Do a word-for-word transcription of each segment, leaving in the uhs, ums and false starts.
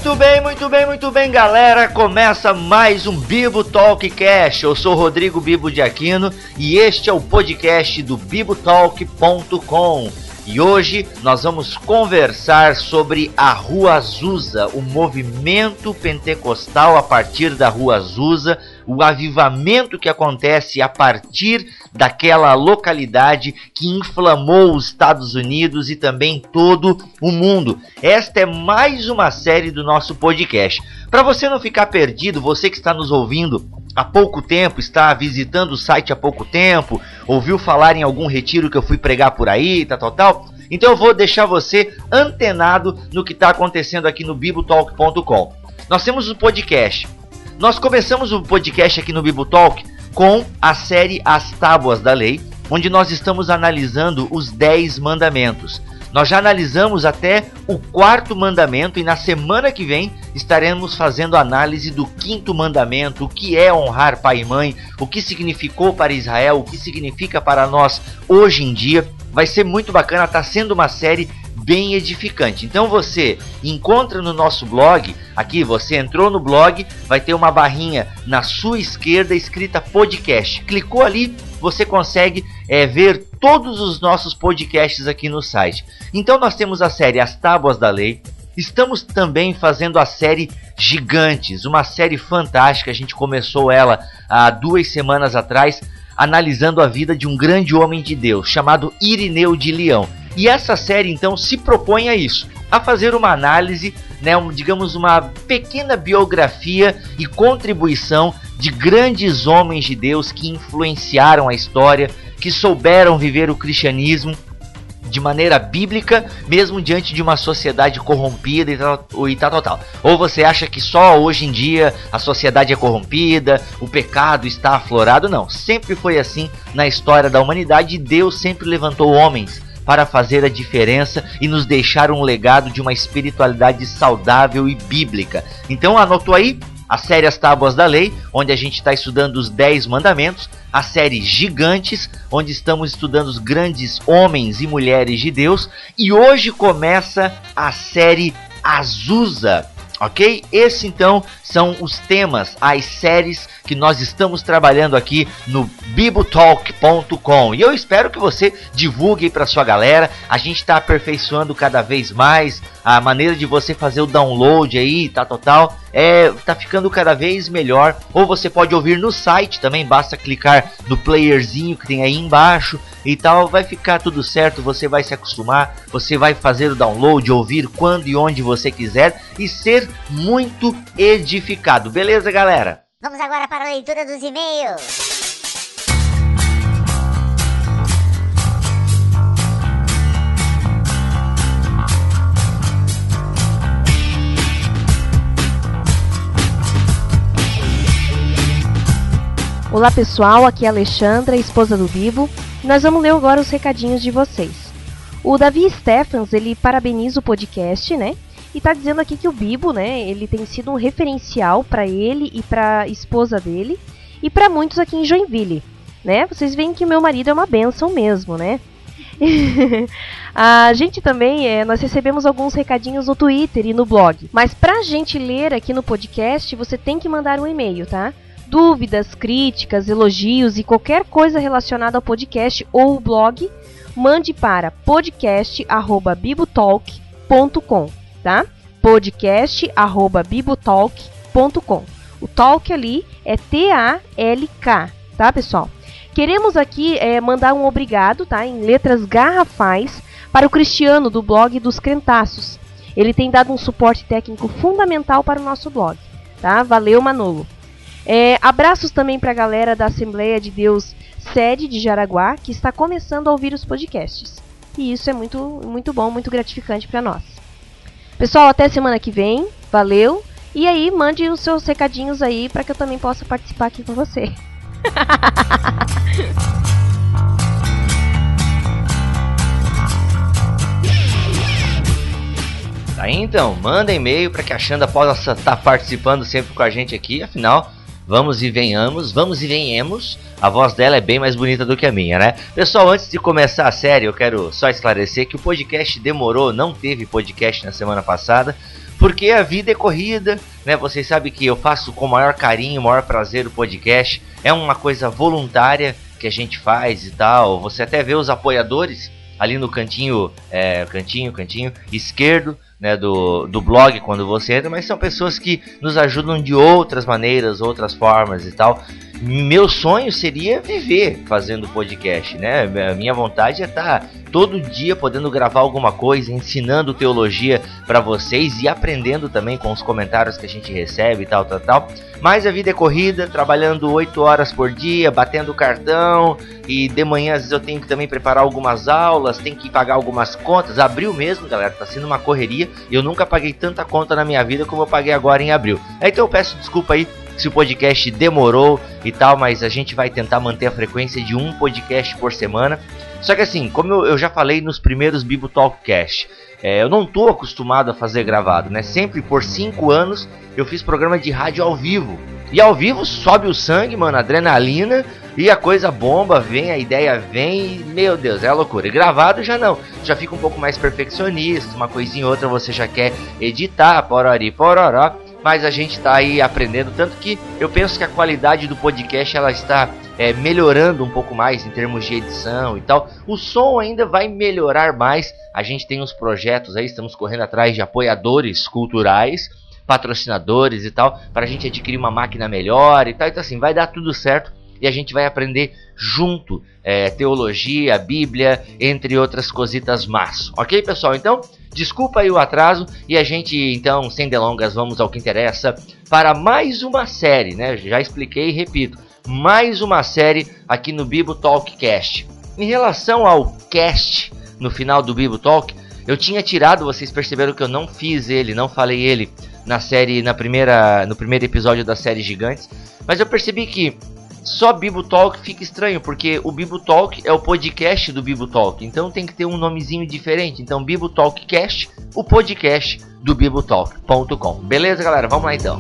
Muito bem, muito bem, muito bem, galera. Começa mais um Bibo Talkcast. Eu sou Rodrigo Bibo de Aquino e este é o podcast do bibotalk ponto com. E hoje nós vamos conversar sobre a Rua Azusa, o movimento pentecostal a partir da Rua Azusa, o avivamento que acontece a partir daquela localidade que inflamou os Estados Unidos e também todo o mundo. Esta é mais uma série do nosso podcast. Para você não ficar perdido, você que está nos ouvindo há pouco tempo, está visitando o site há pouco tempo, ouviu falar em algum retiro que eu fui pregar por aí, tal, tal, tal. Então eu vou deixar você antenado no que está acontecendo aqui no bibotalk ponto com. Nós temos um podcast. Nós começamos o podcast aqui no Bibotalk com a série As Tábuas da Lei, onde nós estamos analisando os dez mandamentos. Nós já analisamos até o quarto mandamento e na semana que vem estaremos fazendo análise do quinto mandamento, o que é honrar pai e mãe, o que significou para Israel, o que significa para nós hoje em dia. Vai ser muito bacana, está sendo uma série bem edificante. Então você encontra no nosso blog, aqui você entrou no blog, vai ter uma barrinha na sua esquerda escrita podcast. Clicou ali, você consegue é, ver todos os nossos podcasts aqui no site. Então nós temos a série As Tábuas da Lei. Estamos também fazendo a série Gigantes, uma série fantástica. A gente começou ela há duas semanas atrás, analisando a vida de um grande homem de Deus, chamado Irineu de Leão. E essa série, então, se propõe a isso, a fazer uma análise, né, um, digamos, uma pequena biografia e contribuição de grandes homens de Deus que influenciaram a história, que souberam viver o cristianismo de maneira bíblica, mesmo diante de uma sociedade corrompida e tal, e tal, tal, tal. Ou você acha que só hoje em dia a sociedade é corrompida, o pecado está aflorado? Não, sempre foi assim na história da humanidade e Deus sempre levantou homens para fazer a diferença e nos deixar um legado de uma espiritualidade saudável e bíblica. Então anotou aí? A série As Tábuas da Lei, onde a gente está estudando os dez mandamentos. A série Gigantes, onde estamos estudando os grandes homens e mulheres de Deus. E hoje começa a série Azusa, ok? Esses então são os temas, as séries que nós estamos trabalhando aqui no bibotalk ponto com. E eu espero que você divulgue para sua galera. A gente está aperfeiçoando cada vez mais a maneira de você fazer o download aí, tá total. É, tá ficando cada vez melhor. Ou você pode ouvir no site também, basta clicar no playerzinho que tem aí embaixo e tal, vai ficar tudo certo, você vai se acostumar, você vai fazer o download, ouvir quando e onde você quiser e ser muito edificado. Beleza, galera? Vamos agora para a leitura dos e-mails. Olá pessoal, aqui é a Alexandra, esposa do Bibo, e nós vamos ler agora os recadinhos de vocês. O Davi Stephens, ele parabeniza o podcast, né? E tá dizendo aqui que o Bibo, né, ele tem sido um referencial para ele e para a esposa dele e para muitos aqui em Joinville, né? Vocês veem que meu marido é uma bênção mesmo, né? A gente também, é, nós recebemos alguns recadinhos no Twitter e no blog, mas pra gente ler aqui no podcast, você tem que mandar um e-mail, tá? Dúvidas, críticas, elogios e qualquer coisa relacionada ao podcast ou o blog, mande para podcast arroba bibotalk ponto com, tá? podcast arroba bibotalk ponto com. O talk ali é T A L K, tá, pessoal? Queremos aqui é, mandar um obrigado, tá, em letras garrafais para o Cristiano do blog dos Crentaços. Ele tem dado um suporte técnico fundamental para o nosso blog, tá? Valeu, Manolo. É, abraços também para a galera da Assembleia de Deus sede de Jaraguá, que está começando a ouvir os podcasts. E isso é muito, muito bom, muito gratificante para nós. Pessoal, até semana que vem. Valeu. E aí, mande os seus recadinhos aí para que eu também possa participar aqui com você. Tá, então, manda e-mail para que a Xanda possa estar participando sempre com a gente aqui. Afinal, vamos e venhamos, vamos e venhamos. A voz dela é bem mais bonita do que a minha, né? Pessoal, antes de começar a série, eu quero só esclarecer que o podcast demorou, não teve podcast na semana passada, porque a vida é corrida, né? Vocês sabem que eu faço com o maior carinho, o maior prazer o podcast. É uma coisa voluntária que a gente faz e tal. Você até vê os apoiadores ali no cantinho, é, cantinho, cantinho esquerdo, né, do, do blog quando você entra, mas são pessoas que nos ajudam de outras maneiras, outras formas e tal. Meu sonho seria viver fazendo podcast, né? A minha vontade é estar todo dia podendo gravar alguma coisa, ensinando teologia para vocês e aprendendo também com os comentários que a gente recebe e tal, tal, tal. Mas a vida é corrida, trabalhando oito horas por dia, batendo cartão, e de manhã às vezes eu tenho que também preparar algumas aulas, tenho que pagar algumas contas. Abril mesmo, galera, tá sendo uma correria. Eu nunca paguei tanta conta na minha vida como eu paguei agora em abril. Então eu peço desculpa aí se o podcast demorou e tal, mas a gente vai tentar manter a frequência de um podcast por semana. Só que assim, como eu, eu já falei nos primeiros Bible Talkcast, é, eu não estou acostumado a fazer gravado, né? Sempre por cinco anos eu fiz programa de rádio ao vivo. E ao vivo sobe o sangue, mano, adrenalina, e a coisa bomba, vem, a ideia vem, e, meu Deus, é a loucura. E gravado já não, já fica um pouco mais perfeccionista, uma coisinha ou outra você já quer editar, porori, pororó. Mas a gente está aí aprendendo, tanto que eu penso que a qualidade do podcast ela está é, melhorando um pouco mais em termos de edição e tal. O som ainda vai melhorar mais. A gente tem uns projetos aí, estamos correndo atrás de apoiadores culturais, patrocinadores e tal, para a gente adquirir uma máquina melhor e tal. Então assim, vai dar tudo certo e a gente vai aprender junto é, teologia, Bíblia, entre outras cositas más. Ok, pessoal? Então, desculpa aí o atraso e a gente, então, sem delongas, vamos ao que interessa para mais uma série, né? Já expliquei e repito, mais uma série aqui no Bible Talkcast. Em relação ao cast no final do Bible Talk, eu tinha tirado, vocês perceberam que eu não fiz ele, não falei ele na série, na primeira, no primeiro episódio da série Gigantes, mas eu percebi que só Bible Talk fica estranho, porque o Bible Talk é o podcast do Bible Talk, então tem que ter um nomezinho diferente. Então Bible Talkcast, o podcast do bible talk ponto com. Beleza, galera? Vamos lá então.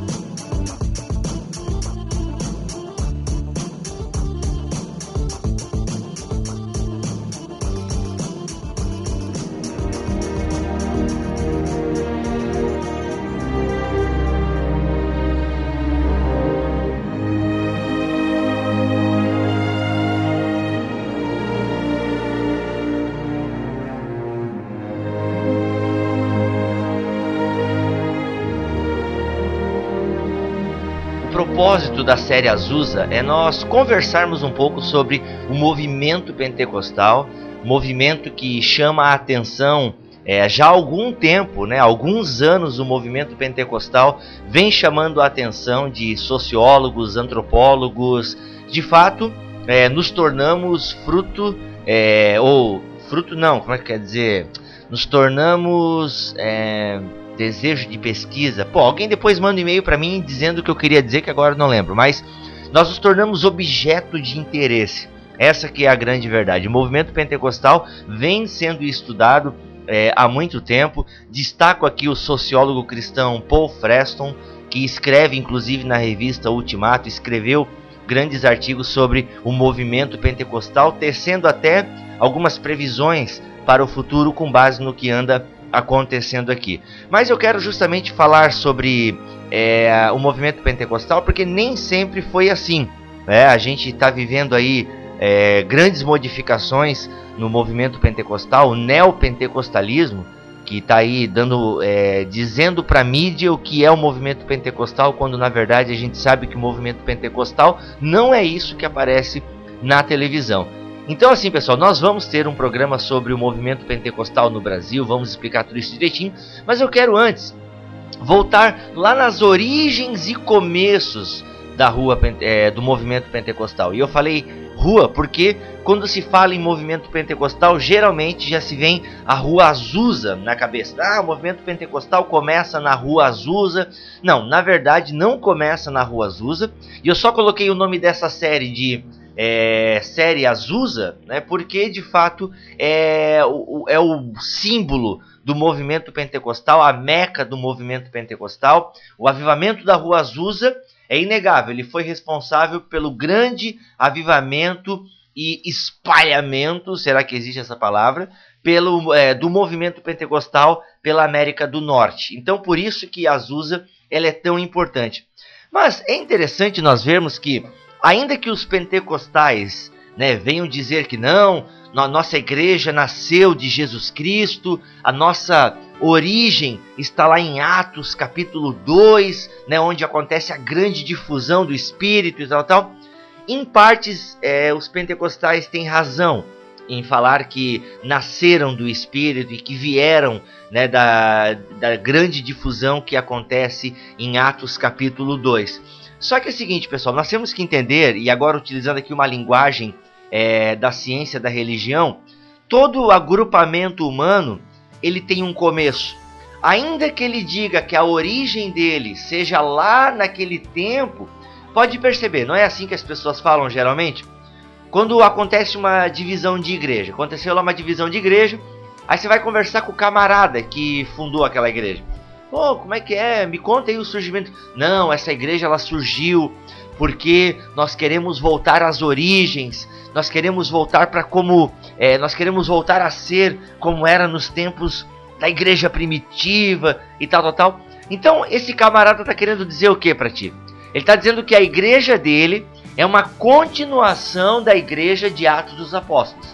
O propósito da série Azusa é nós conversarmos um pouco sobre o movimento pentecostal, movimento que chama a atenção é, já há algum tempo, né, alguns anos o movimento pentecostal vem chamando a atenção de sociólogos, antropólogos. De fato, é, nos tornamos fruto, é, ou fruto não, como é que quer dizer? Nos tornamos... É, desejo de pesquisa. Pô, alguém depois manda um e-mail para mim dizendo o que eu queria dizer, que agora não lembro. Mas nós nos tornamos objeto de interesse. Essa que é a grande verdade. O movimento pentecostal vem sendo estudado é, há muito tempo. Destaco aqui o sociólogo cristão Paul Freston, que escreve inclusive na revista Ultimato, escreveu grandes artigos sobre o movimento pentecostal, tecendo até algumas previsões para o futuro com base no que anda acontecendo aqui. Mas eu quero justamente falar sobre é, o movimento pentecostal, porque nem sempre foi assim, né? A gente está vivendo aí é, grandes modificações no movimento pentecostal, o neopentecostalismo, que está aí dando, é, dizendo para a mídia o que é o movimento pentecostal, quando na verdade a gente sabe que o movimento pentecostal não é isso que aparece na televisão. Então assim, pessoal, nós vamos ter um programa sobre o movimento pentecostal no Brasil, vamos explicar tudo isso direitinho, mas eu quero antes voltar lá nas origens e começos da rua, é, do movimento pentecostal. E eu falei rua porque quando se fala em movimento pentecostal, geralmente já se vem a Rua Azusa na cabeça. Ah, o movimento pentecostal começa na Rua Azusa. Não, na verdade não começa na Rua Azusa. E eu só coloquei o nome dessa série de... É, série Azusa, né, porque de fato é o, é o símbolo do movimento pentecostal, a meca do movimento pentecostal. O avivamento da Rua Azusa é inegável, ele foi responsável pelo grande avivamento e espalhamento, será que existe essa palavra? Pelo, é, do movimento pentecostal pela América do Norte. Então por isso que Azusa ela é tão importante. Mas é interessante nós vermos que, ainda que os pentecostais, né, venham dizer que não, a nossa igreja nasceu de Jesus Cristo, a nossa origem está lá em Atos capítulo dois, né, onde acontece a grande difusão do Espírito e tal, tal. Em partes, é, os pentecostais têm razão em falar que nasceram do Espírito e que vieram, né, da, da grande difusão que acontece em Atos capítulo dois. Só que é o seguinte, pessoal, nós temos que entender, e agora utilizando aqui uma linguagem é, da ciência da religião, todo agrupamento humano ele tem um começo. Ainda que ele diga que a origem dele seja lá naquele tempo, pode perceber, não é assim que as pessoas falam geralmente? Quando acontece uma divisão de igreja, aconteceu lá uma divisão de igreja, aí você vai conversar com o camarada que fundou aquela igreja. Pô, como é que é? Me conta aí o surgimento. Não, essa igreja ela surgiu porque nós queremos voltar às origens, nós queremos voltar para como, é, nós queremos voltar a ser como era nos tempos da igreja primitiva e tal, tal, tal. Então esse camarada está querendo dizer o que para ti? Ele está dizendo que a igreja dele é uma continuação da igreja de Atos dos Apóstolos.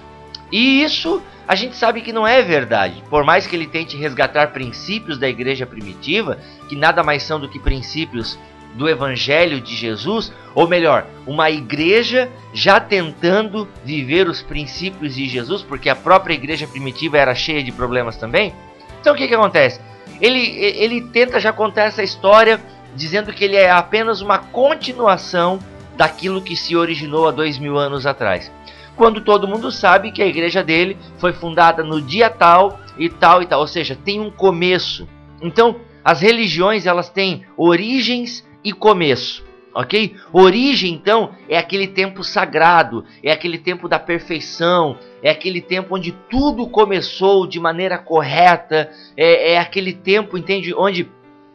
E isso a gente sabe que não é verdade. Por mais que ele tente resgatar princípios da igreja primitiva, que nada mais são do que princípios do Evangelho de Jesus, ou melhor, uma igreja já tentando viver os princípios de Jesus, porque a própria igreja primitiva era cheia de problemas também. Então o que que acontece? Ele, ele tenta já contar essa história dizendo que ele é apenas uma continuação daquilo que se originou há dois mil anos atrás. Quando todo mundo sabe que a igreja dele foi fundada no dia tal e tal e tal. Ou seja, tem um começo. Então, as religiões elas têm origens e começo. Ok? Origem, então, é aquele tempo sagrado. É aquele tempo da perfeição. É aquele tempo onde tudo começou de maneira correta. É, é aquele tempo, entende? Onde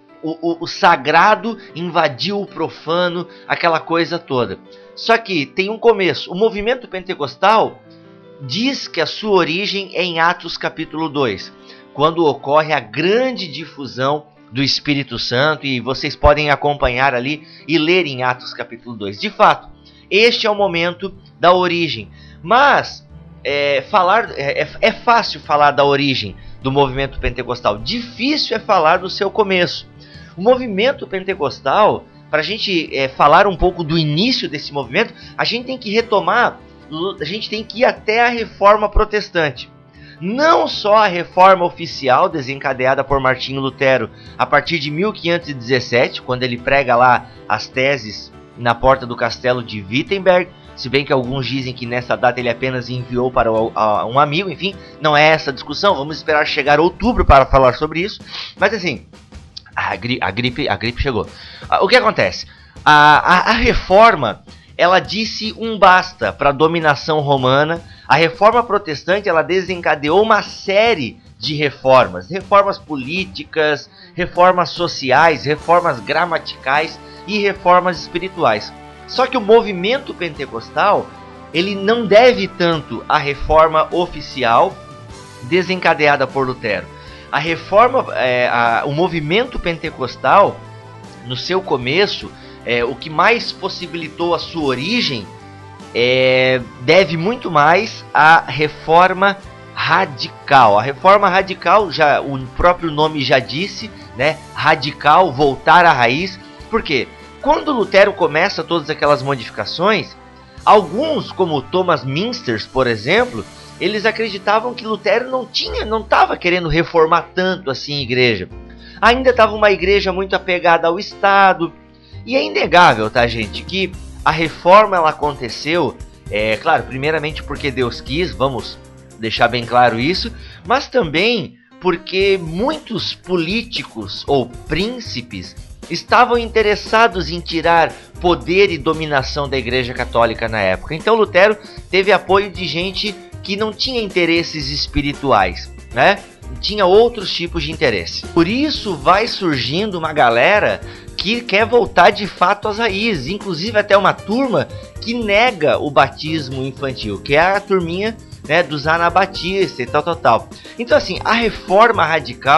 O, o, o sagrado invadiu o profano, aquela coisa toda. Só que tem um começo. O movimento pentecostal diz que a sua origem é em Atos capítulo dois, quando ocorre a grande difusão do Espírito Santo, e vocês podem acompanhar ali e ler em Atos capítulo dois. De fato, este é o momento da origem. Mas é, falar, é, é fácil falar da origem do movimento pentecostal. Difícil é falar do seu começo. O movimento pentecostal, para a gente é, falar um pouco do início desse movimento, a gente tem que retomar, a gente tem que ir até a Reforma Protestante. Não só a Reforma oficial desencadeada por Martinho Lutero a partir de mil quinhentos e dezessete, quando ele prega lá as teses na porta do castelo de Wittenberg, se bem que alguns dizem que nessa data ele apenas enviou para um amigo, enfim, não é essa a discussão, vamos esperar chegar outubro para falar sobre isso, mas assim... A, gri, a, gripe, a gripe chegou. O que acontece? A, a, a reforma, ela disse um basta para a dominação romana. A reforma protestante, ela desencadeou uma série de reformas. Reformas políticas, reformas sociais, reformas gramaticais e reformas espirituais. Só que o movimento pentecostal, ele não deve tanto à reforma oficial desencadeada por Lutero. A reforma, é, a, o movimento pentecostal, no seu começo, é, o que mais possibilitou a sua origem, é, deve muito mais à reforma radical. A reforma radical, já, o próprio nome já disse, né, radical, voltar à raiz. Por quê? Quando Lutero começa todas aquelas modificações, alguns, como Thomas Münster, por exemplo, eles acreditavam que Lutero não tinha, não estava querendo reformar tanto assim a igreja. Ainda estava uma igreja muito apegada ao Estado. E é inegável, tá, gente, que a reforma ela aconteceu, é claro, primeiramente porque Deus quis, vamos deixar bem claro isso, mas também porque muitos políticos ou príncipes estavam interessados em tirar poder e dominação da Igreja Católica na época. Então Lutero teve apoio de gente que não tinha interesses espirituais, né? Tinha outros tipos de interesse. Por isso vai surgindo uma galera que quer voltar de fato às raízes, inclusive até uma turma que nega o batismo infantil, que é a turminha, né, dos anabatistas e tal, tal, tal. Então assim, a reforma radical,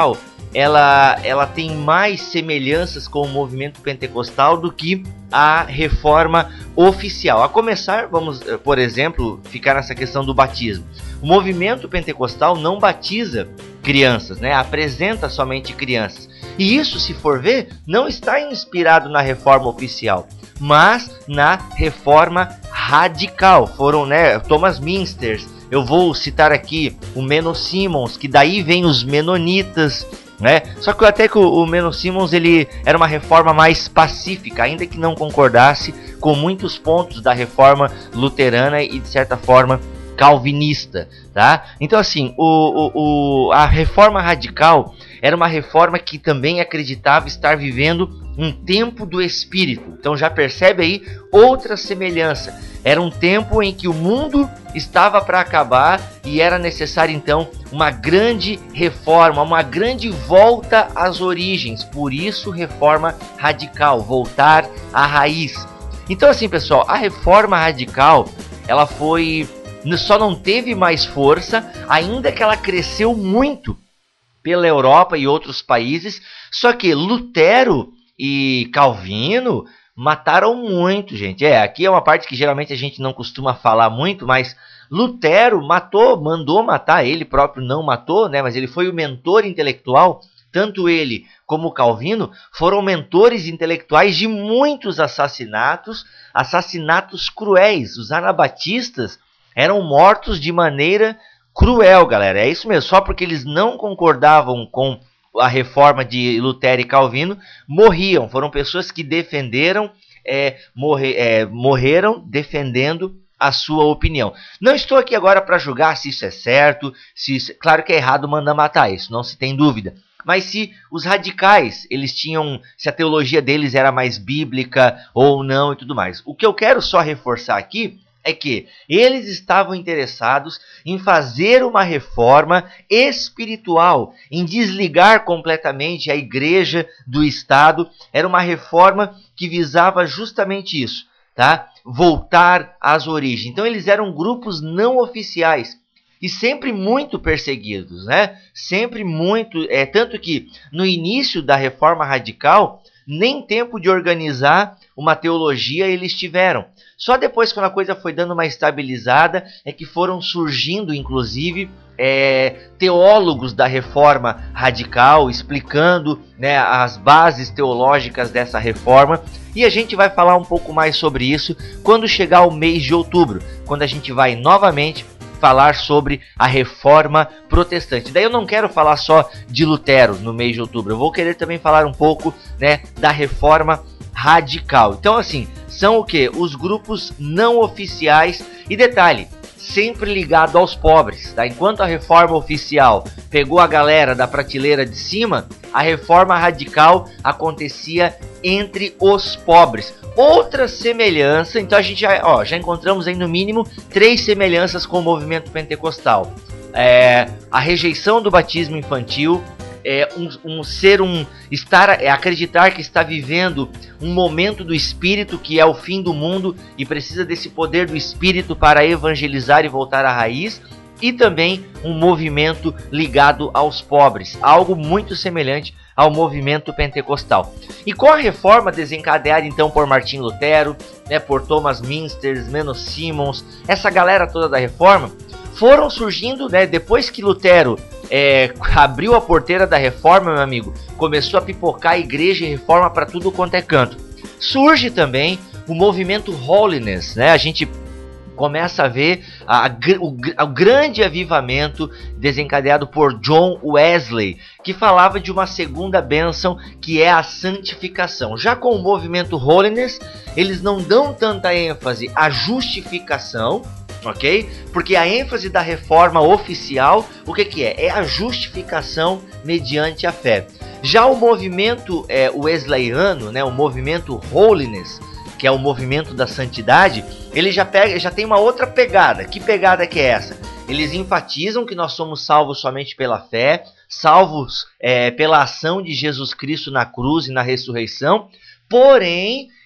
ela, ela tem mais semelhanças com o movimento pentecostal do que a reforma oficial. A começar, vamos, por exemplo, ficar nessa questão do batismo. O movimento pentecostal não batiza crianças, né? Apresenta somente crianças. E isso, se for ver, não está inspirado na reforma oficial, mas na reforma radical. Foram, né, Thomas Minster, eu vou citar aqui o Menno Simons, que daí vem os menonitas, né? Só que até que o, o Menno Simons ele era uma reforma mais pacífica, ainda que não concordasse com muitos pontos da reforma luterana e de certa forma calvinista, tá? Então assim, o, o, o, a reforma radical era uma reforma que também acreditava estar vivendo um tempo do Espírito. Então já percebe aí outra semelhança. Era um tempo em que o mundo estava para acabar e era necessário então uma grande reforma, uma grande volta às origens. Por isso, reforma radical, voltar à raiz. Então assim, pessoal, a reforma radical, ela foi, só não teve mais força, ainda que ela cresceu muito pela Europa e outros países. Só que Lutero e Calvino mataram muito, gente. É, aqui é uma parte que geralmente a gente não costuma falar muito, mas Lutero matou, mandou matar, ele próprio não matou, né? Mas ele foi o mentor intelectual. Tanto ele como Calvino foram mentores intelectuais de muitos assassinatos, assassinatos cruéis. Os anabatistas eram mortos de maneira cruel, galera. É isso mesmo, só porque eles não concordavam com a reforma de Lutero e Calvino, morriam. Foram pessoas que defenderam, é, morre, é, morreram defendendo a sua opinião. Não estou aqui agora para julgar se isso é certo, se isso, claro que é errado mandar matar, isso não se tem dúvida. Mas se os radicais, eles tinham, se a teologia deles era mais bíblica ou não e tudo mais. O que eu quero só reforçar aqui é que eles estavam interessados em fazer uma reforma espiritual, em desligar completamente a igreja do Estado. Era uma reforma que visava justamente isso, tá? Voltar às origens. Então eles eram grupos não oficiais e sempre muito perseguidos, né? Sempre muito, é tanto que no início da reforma radical nem tempo de organizar uma teologia eles tiveram. Só depois, quando a coisa foi dando uma estabilizada, é que foram surgindo, inclusive, é, teólogos da reforma radical, explicando, né, as bases teológicas dessa reforma. E a gente vai falar um pouco mais sobre isso quando chegar o mês de outubro, quando a gente vai novamente falar sobre a reforma protestante. Daí eu não quero falar só de Lutero no mês de outubro, eu vou querer também falar um pouco, né, da reforma radical. Então assim, são o que? Os grupos não oficiais. E detalhe, sempre ligado aos pobres, tá? Enquanto a reforma oficial pegou a galera da prateleira de cima, a reforma radical acontecia entre os pobres. Outra semelhança, então a gente já, ó, já encontramos aí no mínimo três semelhanças com o movimento pentecostal. É, a rejeição do batismo infantil, é, um, um ser um estar, é, acreditar que está vivendo um momento do Espírito que é o fim do mundo e precisa desse poder do Espírito para evangelizar e voltar à raiz. E também um movimento ligado aos pobres, algo muito semelhante ao movimento pentecostal. E com a reforma desencadeada então por Martim Lutero, né, por Thomas Minster, Menno Simons, essa galera toda da reforma, foram surgindo, né, depois que Lutero é, abriu a porteira da reforma, meu amigo, começou a pipocar a igreja e reforma para tudo quanto é canto. Surge também o movimento Holiness, né, a gente começa a ver a, a, o, o grande avivamento desencadeado por John Wesley, que falava de uma segunda bênção, que é a santificação. Já com o movimento Holiness, eles não dão tanta ênfase à justificação, ok? Porque a ênfase da reforma oficial, o que, que é? É a justificação mediante a fé. Já o movimento é, wesleyano, né, o movimento Holiness, que é o movimento da santidade, ele já, pega, já tem uma outra pegada. Que pegada que é essa? Eles enfatizam que nós somos salvos somente pela fé, salvos é, pela ação de Jesus Cristo na cruz e na ressurreição, porém,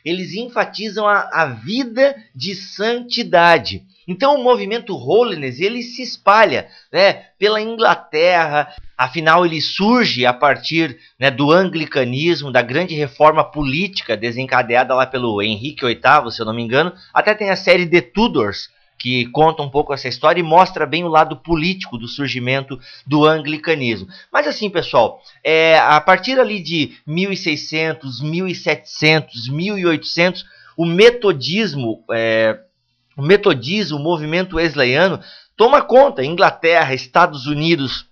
eles enfatizam a, a vida de santidade. Então o movimento Holiness, ele se espalha, né, pela Inglaterra, afinal ele surge a partir, né, do anglicanismo, da grande reforma política desencadeada lá pelo Henrique oitavo, se eu não me engano. Até tem a série The Tudors, que conta um pouco essa história e mostra bem o lado político do surgimento do anglicanismo. Mas assim, pessoal, é, a partir ali de mil e seiscentos, mil e setecentos, mil e oitocentos, o metodismo... É, O metodismo, o movimento wesleyano, toma conta. Inglaterra, Estados Unidos,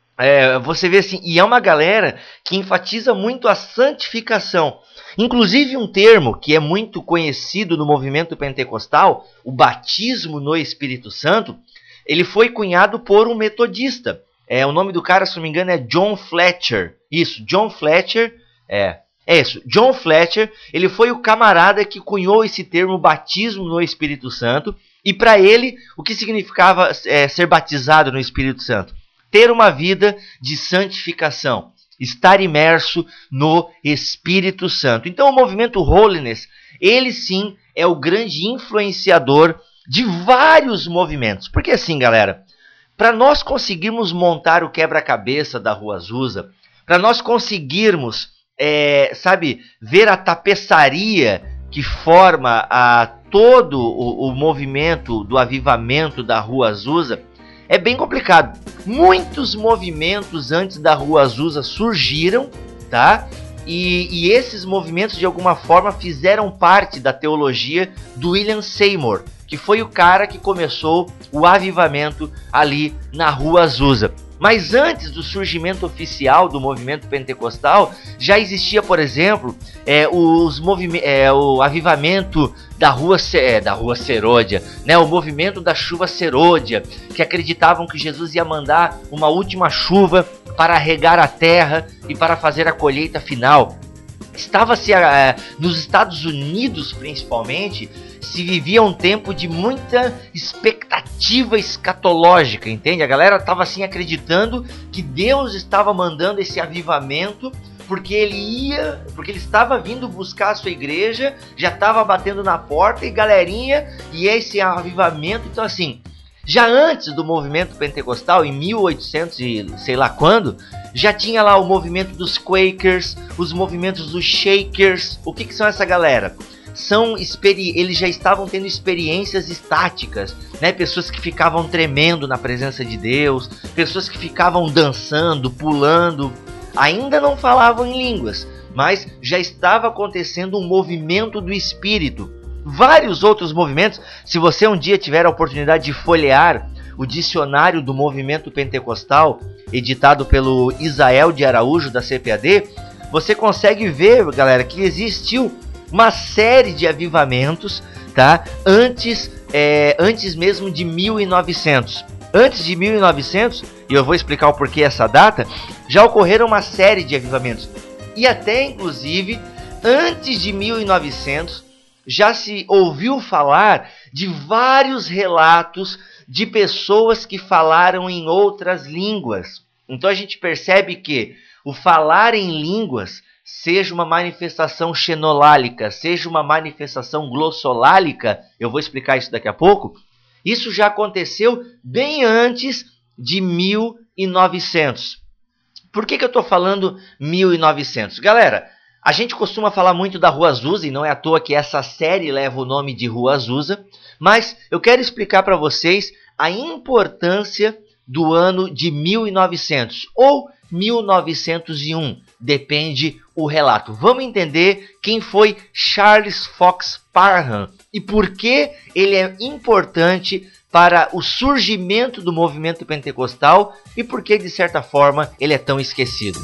é, você vê assim, e é uma galera que enfatiza muito a santificação. Inclusive um termo que é muito conhecido no movimento pentecostal, o batismo no Espírito Santo, ele foi cunhado por um metodista. É, o nome do cara, se não me engano, é John Fletcher. Isso, John Fletcher, é... É isso, John Fletcher, ele foi o camarada que cunhou esse termo batismo no Espírito Santo, e para ele, o que significava é, ser batizado no Espírito Santo? Ter uma vida de santificação, estar imerso no Espírito Santo. Então o movimento Holiness, ele sim é o grande influenciador de vários movimentos. Porque assim, galera, para nós conseguirmos montar o quebra-cabeça da Rua Azusa, para nós conseguirmos... É, sabe, ver a tapeçaria que forma a, todo o, o movimento do avivamento da Rua Azusa, é bem complicado. Muitos movimentos antes da Rua Azusa surgiram, tá? E, e esses movimentos de alguma forma fizeram parte da teologia do William Seymour, que foi o cara que começou o avivamento ali na Rua Azusa. Mas antes do surgimento oficial do movimento pentecostal, já existia, por exemplo, é, os movime- é, o avivamento da Rua, é, da Rua Serôdia, né, o movimento da chuva serôdia, que acreditavam que Jesus ia mandar uma última chuva para regar a terra e para fazer a colheita final. Estava-se, é, nos Estados Unidos, principalmente, se vivia um tempo de muita expectativa escatológica, entende? A galera estava assim acreditando que Deus estava mandando esse avivamento porque ele ia, porque ele estava vindo buscar a sua igreja, já estava batendo na porta e galerinha, e esse avivamento. Então assim, já antes do movimento pentecostal, em mil e oitocentos e sei lá quando, já tinha lá o movimento dos Quakers, os movimentos dos Shakers. O que, que são essa galera? São experi- eles já estavam tendo experiências estáticas, né? Pessoas que ficavam tremendo na presença de Deus, pessoas que ficavam dançando, pulando, ainda não falavam em línguas, mas já estava acontecendo um movimento do Espírito. Vários outros movimentos. Se você um dia tiver a oportunidade de folhear o dicionário do movimento pentecostal, editado pelo Isael de Araújo, da C P A D, você consegue ver, galera, que existiu uma série de avivamentos, tá? Antes, é, antes mesmo de mil e novecentos. Antes de mil e novecentos, e eu vou explicar o porquê essa data, já ocorreram uma série de avivamentos. E até, inclusive, antes de mil e novecentos, já se ouviu falar de vários relatos de pessoas que falaram em outras línguas. Então a gente percebe que o falar em línguas, seja uma manifestação xenolálica, seja uma manifestação glossolálica, eu vou explicar isso daqui a pouco, isso já aconteceu bem antes de mil e novecentos. Por que que eu estou falando mil e novecentos? Galera, a gente costuma falar muito da Rua Azusa, e não é à toa que essa série leva o nome de Rua Azusa, mas eu quero explicar para vocês a importância do ano de mil e novecentos, ou mil novecentos e um, depende o relato. Vamos entender quem foi Charles Fox Parham e por que ele é importante para o surgimento do movimento pentecostal e por que, de certa forma, ele é tão esquecido.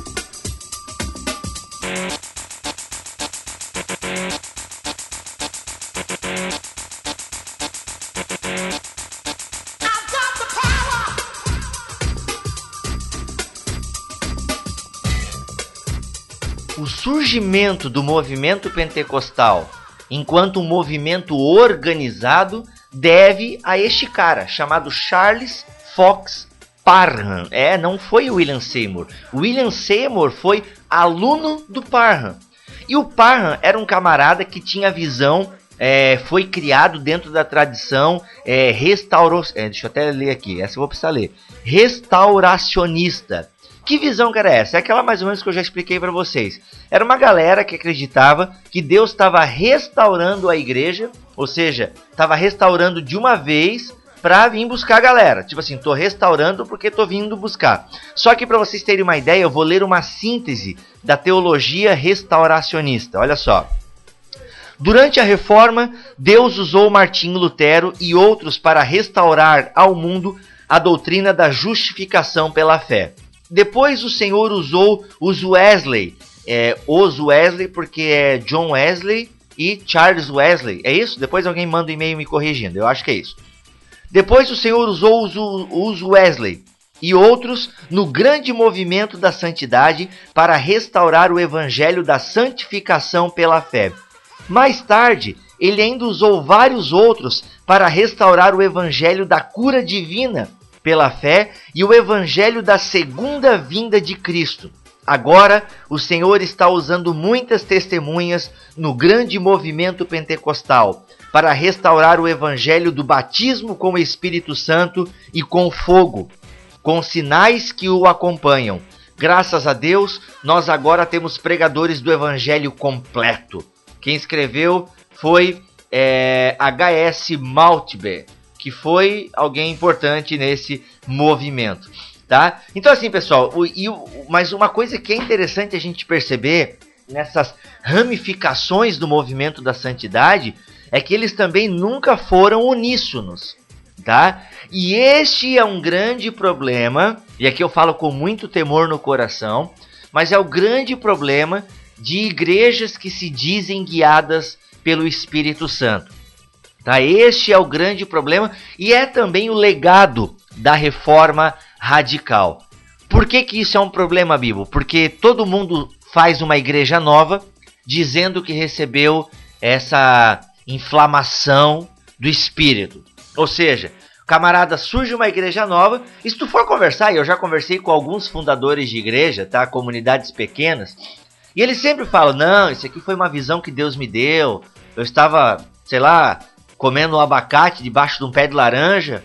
O surgimento do movimento pentecostal enquanto um movimento organizado deve a este cara chamado Charles Fox Parham. É, não foi o William Seymour. O William Seymour foi aluno do Parham. E o Parham era um camarada que tinha visão, é, foi criado dentro da tradição é, restauro... É, deixa eu até ler aqui, essa eu vou precisar ler. Restauracionista. Que visão que era essa? É aquela mais ou menos que eu já expliquei para vocês. Era uma galera que acreditava que Deus estava restaurando a igreja, ou seja, estava restaurando de uma vez para vir buscar a galera. Tipo assim, tô restaurando porque tô vindo buscar. Só que para vocês terem uma ideia, eu vou ler uma síntese da teologia restauracionista. Olha só. Durante a Reforma, Deus usou Martinho Lutero e outros para restaurar ao mundo a doutrina da justificação pela fé. Depois o Senhor usou os Wesley, é, os Wesley porque é John Wesley e Charles Wesley. É isso? Depois alguém manda um e-mail me corrigindo, eu acho que é isso. Depois o Senhor usou os, os Wesley e outros no grande movimento da santidade para restaurar o evangelho da santificação pela fé. Mais tarde, ele ainda usou vários outros para restaurar o evangelho da cura divina pela fé e o evangelho da segunda vinda de Cristo. Agora, o Senhor está usando muitas testemunhas no grande movimento pentecostal para restaurar o evangelho do batismo com o Espírito Santo e com fogo, com sinais que o acompanham. Graças a Deus, nós agora temos pregadores do evangelho completo. Quem escreveu foi é, H S Maltby, que foi alguém importante nesse movimento. Tá? Então assim, pessoal, o, e o, mas uma coisa que é interessante a gente perceber nessas ramificações do movimento da santidade é que eles também nunca foram uníssonos, tá? E este é um grande problema, e aqui eu falo com muito temor no coração, mas é o grande problema de igrejas que se dizem guiadas pelo Espírito Santo. Tá? Este é o grande problema e é também o legado da reforma radical. Por que que isso é um problema, Bibo? Porque todo mundo faz uma igreja nova dizendo que recebeu essa inflamação do Espírito. Ou seja, camarada, surge uma igreja nova, e se tu for conversar, e eu já conversei com alguns fundadores de igreja, tá? Comunidades pequenas, e eles sempre falam, não, isso aqui foi uma visão que Deus me deu, eu estava, sei lá, comendo um abacate debaixo de um pé de laranja,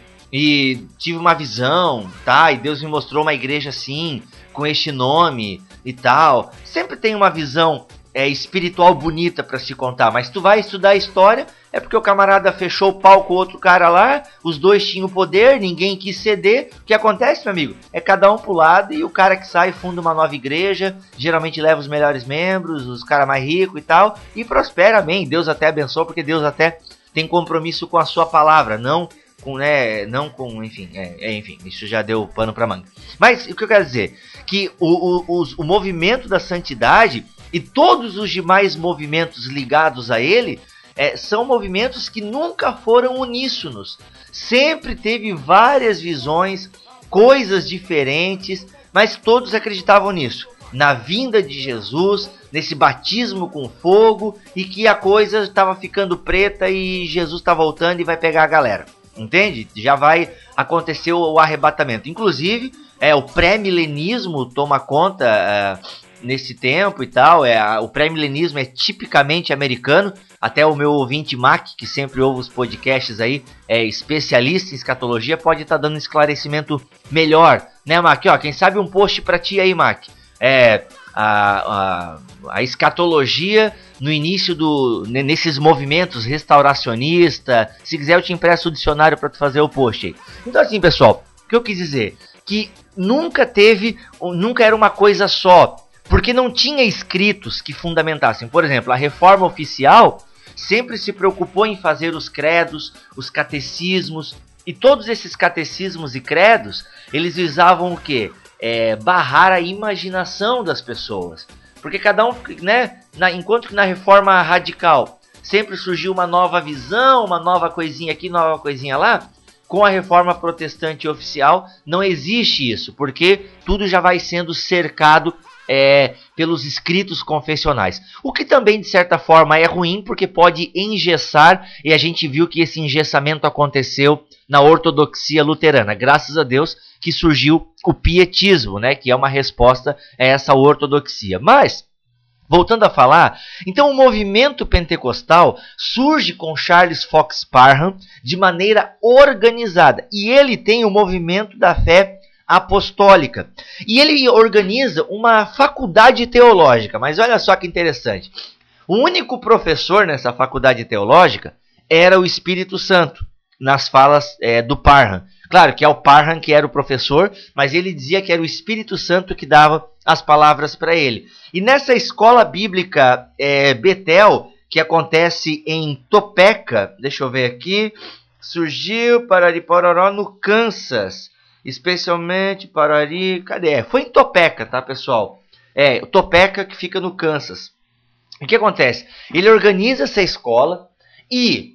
e tive uma visão, tá? E Deus me mostrou uma igreja assim, com este nome e tal. Sempre tem uma visão é, espiritual bonita para se contar, mas tu vai estudar a história, é porque o camarada fechou o pau com o outro cara lá, os dois tinham poder, ninguém quis ceder. O que acontece, meu amigo? É cada um pro lado e o cara que sai funda uma nova igreja, geralmente leva os melhores membros, os caras mais ricos e tal, e prospera, amém. Deus até abençoa, porque Deus até tem compromisso com a sua palavra, não com, né, não com, enfim, é, é, enfim, isso já deu pano pra manga. Mas o que eu quero dizer? Que o, o, os, o movimento da santidade e todos os demais movimentos ligados a ele é, são movimentos que nunca foram uníssonos. Sempre teve várias visões, coisas diferentes, mas todos acreditavam nisso. Na vinda de Jesus, nesse batismo com fogo, e que a coisa estava ficando preta e Jesus está voltando e vai pegar a galera. Entende? Já vai acontecer o, o arrebatamento. Inclusive, é, o pré-milenismo toma conta é, nesse tempo e tal. É, o pré-milenismo é tipicamente americano. Até o meu ouvinte Mac, que sempre ouve os podcasts aí, é especialista em escatologia, pode estar tá dando um esclarecimento melhor. Né, Mac? Ó, quem sabe um post para ti aí, Mac. É, a, a, a escatologia no início do nesses movimentos restauracionista. Se quiser eu te empresto o dicionário para tu fazer o post aí. Então assim, pessoal, o que eu quis dizer? Que nunca teve, nunca era uma coisa só, porque não tinha escritos que fundamentassem. Por exemplo, a reforma oficial sempre se preocupou em fazer os credos, os catecismos, e todos esses catecismos e credos, eles visavam o quê? É, barrar a imaginação das pessoas. Porque cada um, né, na, enquanto que na reforma radical sempre surgiu uma nova visão, uma nova coisinha aqui, nova coisinha lá, com a reforma protestante oficial não existe isso, porque tudo já vai sendo cercado é, pelos escritos confessionais. O que também, de certa forma, é ruim, porque pode engessar, e a gente viu que esse engessamento aconteceu na ortodoxia luterana. Graças a Deus que surgiu o pietismo, né, que é uma resposta a essa ortodoxia. Mas Voltando a falar, então o movimento pentecostal surge com Charles Fox Parham de maneira organizada. E ele tem o movimento da fé apostólica. E ele organiza uma faculdade teológica. Mas olha só que interessante. O único professor nessa faculdade teológica era o Espírito Santo, nas falas é, do Parham. Claro que é o Parham que era o professor, mas ele dizia que era o Espírito Santo que dava as palavras para ele. E nessa escola bíblica é, Betel, que acontece em Topeka, deixa eu ver aqui, surgiu Parari Pororó no Kansas, especialmente Parari, cadê? Foi em Topeka, tá, pessoal? É, Topeka que fica no Kansas. O que acontece? Ele organiza essa escola e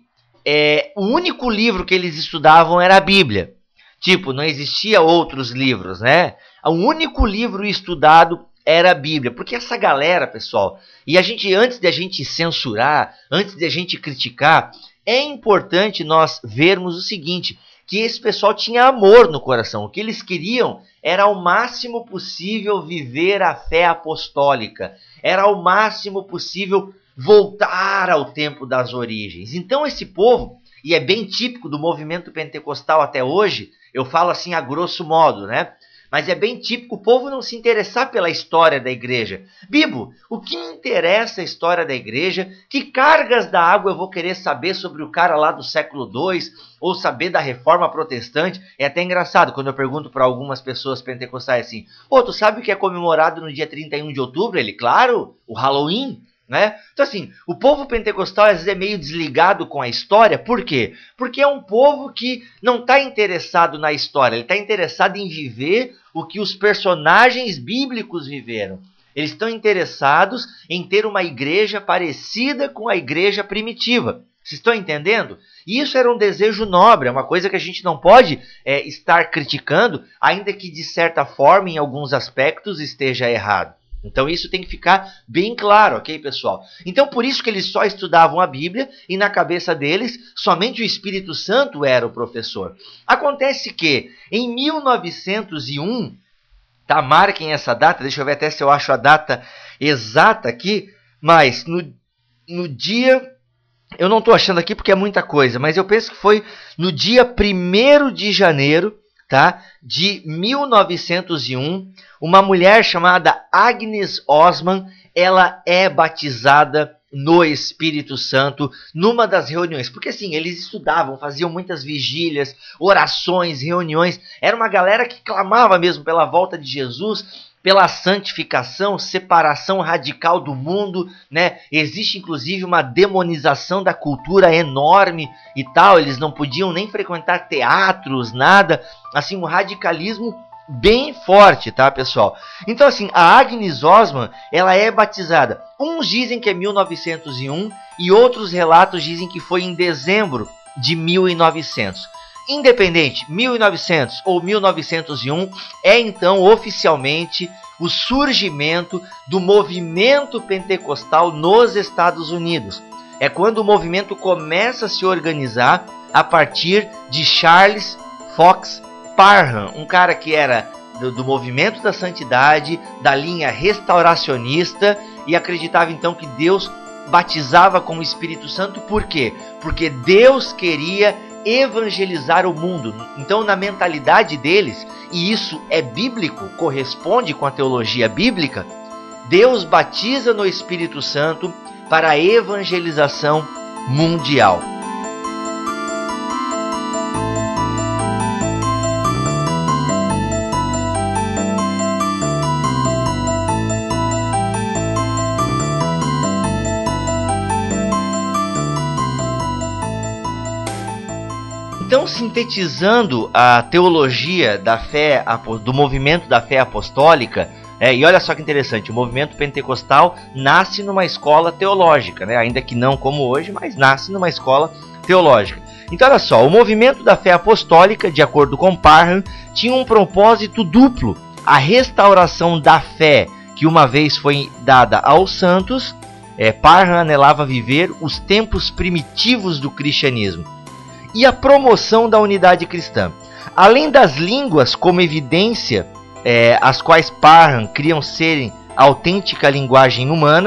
é, o único livro que eles estudavam era a Bíblia. Tipo, não existia outros livros, né? O único livro estudado era a Bíblia. Porque essa galera, pessoal, e a gente, antes de a gente censurar, antes de a gente criticar, é importante nós vermos o seguinte, que esse pessoal tinha amor no coração. O que eles queriam era ao máximo possível viver a fé apostólica. Era ao máximo possível voltar ao tempo das origens. Então esse povo, e é bem típico do movimento pentecostal até hoje, eu falo assim a grosso modo, né? Mas é bem típico o povo não se interessar pela história da igreja. Bibo, o que me interessa a história da igreja? Que cargas da água eu vou querer saber sobre o cara lá do século dois? Ou saber da reforma protestante? É até engraçado quando eu pergunto para algumas pessoas pentecostais assim, ô, oh, tu sabe o que é comemorado no dia trinta e um de outubro? Ele, claro, o Halloween. Né? Então assim, o povo pentecostal às vezes é meio desligado com a história. Por quê? Porque é um povo que não está interessado na história. Ele está interessado em viver o que os personagens bíblicos viveram. Eles estão interessados em ter uma igreja parecida com a igreja primitiva. Vocês estão entendendo? Isso era um desejo nobre, é uma coisa que a gente não pode é, estar criticando, ainda que de certa forma, em alguns aspectos, esteja errado. Então isso tem que ficar bem claro, ok, pessoal? Então por isso que eles só estudavam a Bíblia e na cabeça deles somente o Espírito Santo era o professor. Acontece que em mil novecentos e um, tá, marquem essa data, deixa eu ver até se eu acho a data exata aqui, mas no, no dia, eu não estou achando aqui porque é muita coisa, mas eu penso que foi no dia primeiro de janeiro, tá, de mil novecentos e um, uma mulher chamada Agnes Osman, ela é batizada no Espírito Santo numa das reuniões. Porque assim, eles estudavam, faziam muitas vigílias, orações, reuniões. Era uma galera que clamava mesmo pela volta de Jesus, pela santificação, separação radical do mundo, né? Existe inclusive uma demonização da cultura enorme e tal. Eles não podiam nem frequentar teatros, nada. Assim, um radicalismo bem forte, tá, pessoal? Então, assim, a Agnes Osman, ela é batizada. Uns dizem que é mil novecentos e um e outros relatos dizem que foi em dezembro de mil e novecentos. Independente, mil e novecentos ou mil novecentos e um é então oficialmente o surgimento do movimento pentecostal nos Estados Unidos. É quando o movimento começa a se organizar a partir de Charles Fox Parham, um cara que era do, do movimento da santidade, da linha restauracionista e acreditava então que Deus batizava com o Espírito Santo. Por quê? Porque Deus queria evangelizar o mundo. Então, na mentalidade deles, e isso é bíblico, corresponde com a teologia bíblica, Deus batiza no Espírito Santo para a evangelização mundial. Então, sintetizando a teologia da fé, do movimento da fé apostólica, é, e olha só que interessante, o movimento pentecostal nasce numa escola teológica, né? Ainda que não como hoje, mas nasce numa escola teológica. Então, olha só, o movimento da fé apostólica, de acordo com Parham, tinha um propósito duplo: a restauração da fé que uma vez foi dada aos santos. É, Parham anelava viver os tempos primitivos do cristianismo e a promoção da unidade cristã. Além das línguas como evidência, é, as quais Parham criam serem a autêntica linguagem humana,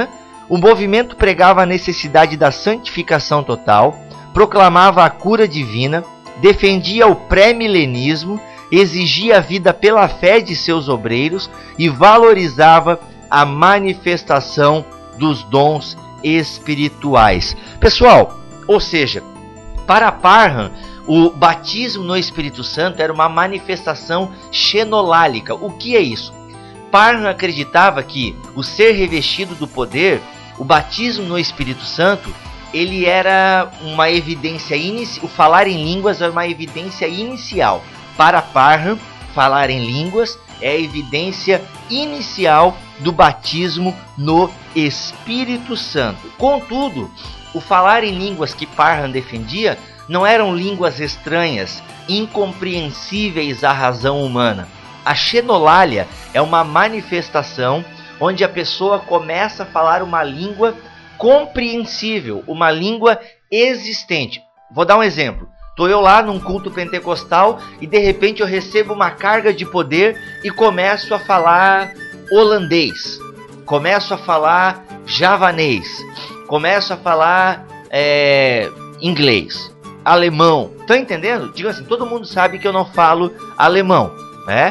O movimento pregava a necessidade da santificação total, proclamava a cura divina, defendia o pré-milenismo, exigia a vida pela fé de seus obreiros e valorizava a manifestação dos dons espirituais. Pessoal, ou seja, para Parham, o batismo no Espírito Santo era uma manifestação xenolálica. O que é isso? Parham acreditava que o ser revestido do poder, o batismo no Espírito Santo, ele era uma evidência inicial, o falar em línguas era uma evidência inicial. Para Parham, falar em línguas é a evidência inicial do batismo no Espírito Santo. Contudo, o falar em línguas que Parham defendia não eram línguas estranhas, incompreensíveis à razão humana. A xenolália é uma manifestação onde a pessoa começa a falar uma língua compreensível, uma língua existente. Vou dar um exemplo. Estou eu lá num culto pentecostal e de repente eu recebo uma carga de poder e começo a falar holandês, começo a falar javanês, começo a falar é, inglês, alemão. Tá entendendo? Digo assim, todo mundo sabe que eu não falo alemão, né?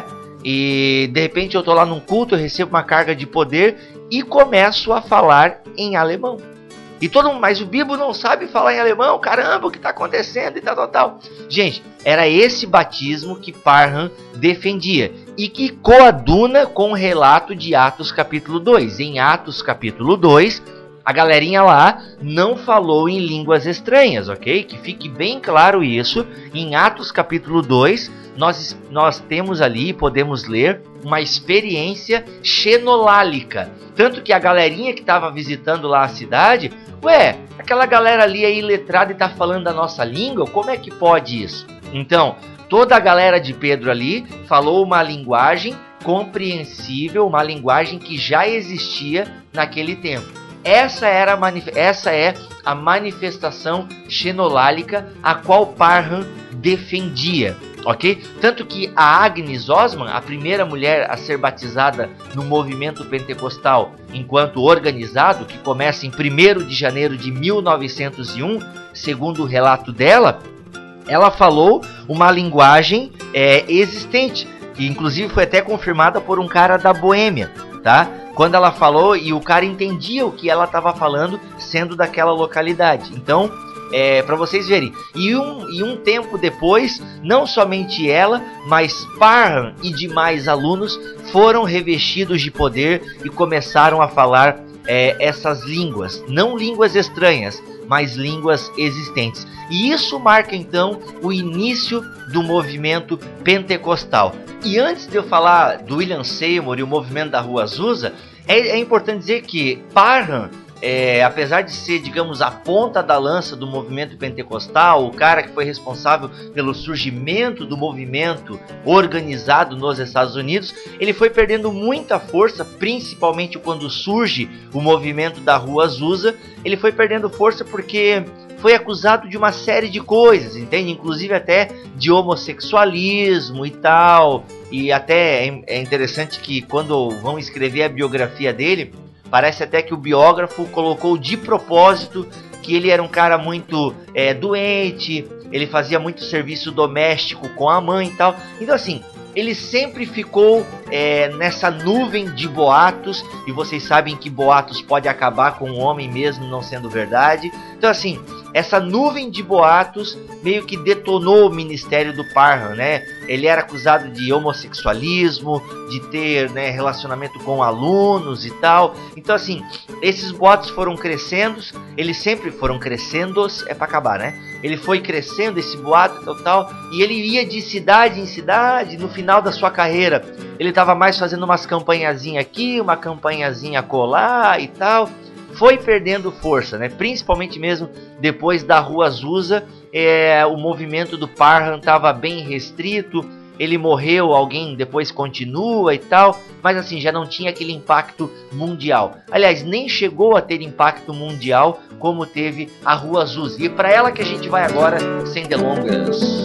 E de repente eu estou lá num culto, eu recebo uma carga de poder e começo a falar em alemão. E todo mundo, mas o Bibo não sabe falar em alemão, caramba, o que está acontecendo e tal, tal, tal. Gente, era esse batismo que Parham defendia e que coaduna com o relato de Atos capítulo dois. Em Atos capítulo dois, a galerinha lá não falou em línguas estranhas, ok? Que fique bem claro isso. Em Atos capítulo dois, nós, nós temos ali, podemos ler, uma experiência xenolálica. Tanto que a galerinha que estava visitando lá a cidade, ué, aquela galera ali é iletrada e está falando a nossa língua, como é que pode isso? Então, toda a galera de Pedro ali falou uma linguagem compreensível, uma linguagem que já existia naquele tempo. Essa, era a manif- essa é a manifestação xenolálica a qual Parham defendia, ok? Tanto que a Agnes Osman, a primeira mulher a ser batizada no movimento pentecostal enquanto organizado, que começa em primeiro de janeiro de mil novecentos e um, segundo o relato dela, ela falou uma linguagem é, existente, que inclusive foi até confirmada por um cara da Boêmia, tá? Quando ela falou, e o cara entendia o que ela estava falando, sendo daquela localidade. Então, é, para vocês verem. E um, e um tempo depois, não somente ela, mas Parham e demais alunos foram revestidos de poder e começaram a falar é, essas línguas. Não línguas estranhas, mas línguas existentes. E isso marca então o início do movimento pentecostal. E antes de eu falar do William Seymour e o movimento da Rua Azusa, é, é importante dizer que Parham, é, apesar de ser, digamos, a ponta da lança do movimento pentecostal, o cara que foi responsável pelo surgimento do movimento organizado nos Estados Unidos, ele foi perdendo muita força, principalmente quando surge o movimento da Rua Azusa. Ele foi perdendo força porque foi acusado de uma série de coisas, entende? Inclusive até de homossexualismo e tal. E até é interessante que quando vão escrever a biografia dele, parece até que o biógrafo colocou de propósito que ele era um cara muito é, doente, ele fazia muito serviço doméstico com a mãe e tal. Então assim, ele sempre ficou é, nessa nuvem de boatos, e vocês sabem que boatos pode acabar com o homem mesmo não sendo verdade. Então assim, essa nuvem de boatos meio que detonou o ministério do Parham, né? Ele era acusado de homossexualismo, de ter, né, relacionamento com alunos e tal. Então assim, esses boatos foram crescendo, eles sempre foram crescendo, é para acabar, né? Ele foi crescendo, esse boato tal, tal, e ele ia de cidade em cidade. No final da sua carreira, ele estava mais fazendo umas campanhazinhas aqui, uma campanhazinha colar e tal. Foi perdendo força, né? Principalmente mesmo depois da Rua Azusa, é, o movimento do Parham estava bem restrito. Ele morreu, alguém depois continua e tal, mas assim, já não tinha aquele impacto mundial. Aliás, nem chegou a ter impacto mundial como teve a Rua Azusa. E é para ela que a gente vai agora, sem delongas.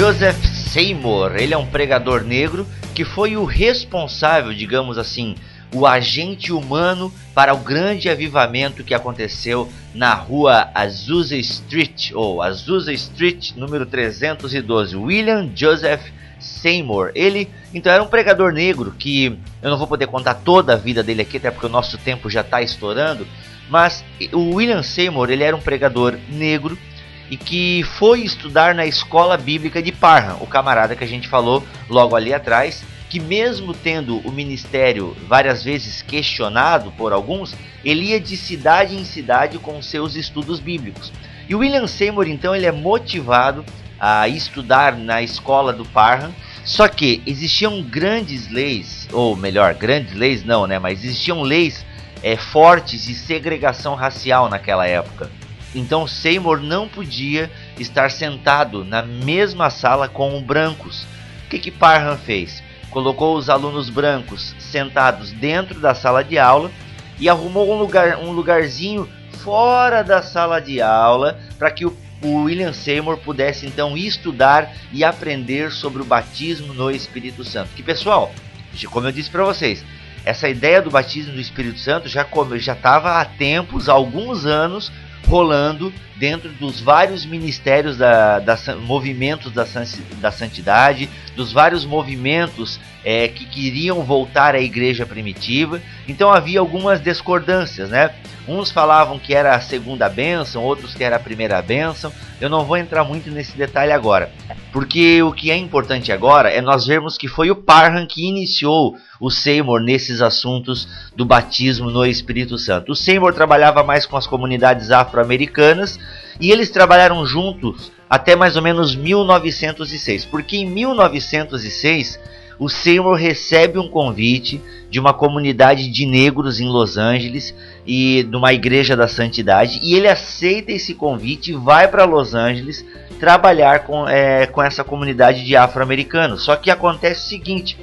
Joseph Seymour. Ele é um pregador negro que foi o responsável, digamos assim, o agente humano para o grande avivamento que aconteceu na rua Azusa Street, ou Azusa Street, número trezentos e doze. William Joseph Seymour. Ele, então, era um pregador negro que eu não vou poder contar toda a vida dele aqui, até porque o nosso tempo já está estourando, mas o William Seymour, ele era um pregador negro e que foi estudar na escola bíblica de Parham, o camarada que a gente falou logo ali atrás, que mesmo tendo o ministério várias vezes questionado por alguns, ele ia de cidade em cidade com seus estudos bíblicos. E o William Seymour, então, ele é motivado a estudar na escola do Parham, só que existiam grandes leis, ou melhor, grandes leis não, né? Mas existiam leis é, fortes de segregação racial naquela época. Então Seymour não podia estar sentado na mesma sala com brancos. O que que Parham fez? Colocou os alunos brancos sentados dentro da sala de aula e arrumou um, lugar, um lugarzinho fora da sala de aula para que o, o William Seymour pudesse então estudar e aprender sobre o batismo no Espírito Santo. Que, pessoal, como eu disse para vocês, essa ideia do batismo no Espírito Santo já já estava há tempos, há alguns anos, rolando dentro dos vários ministérios, da, da, movimentos da, da santidade, dos vários movimentos é, que queriam voltar à igreja primitiva. Então havia algumas discordâncias, né? Uns falavam que era a segunda bênção, outros que era a primeira bênção. Eu não vou entrar muito nesse detalhe agora, porque o que é importante agora é nós vermos que foi o Parham que iniciou o Seymour nesses assuntos do batismo no Espírito Santo. O Seymour trabalhava mais com as comunidades afro-americanas e eles trabalharam juntos até mais ou menos mil novecentos e seis, porque em mil novecentos e seis o Seymour recebe um convite de uma comunidade de negros em Los Angeles e de uma igreja da santidade, e ele aceita esse convite e vai para Los Angeles trabalhar com, é, com essa comunidade de afro-americanos. Só que acontece o seguinte: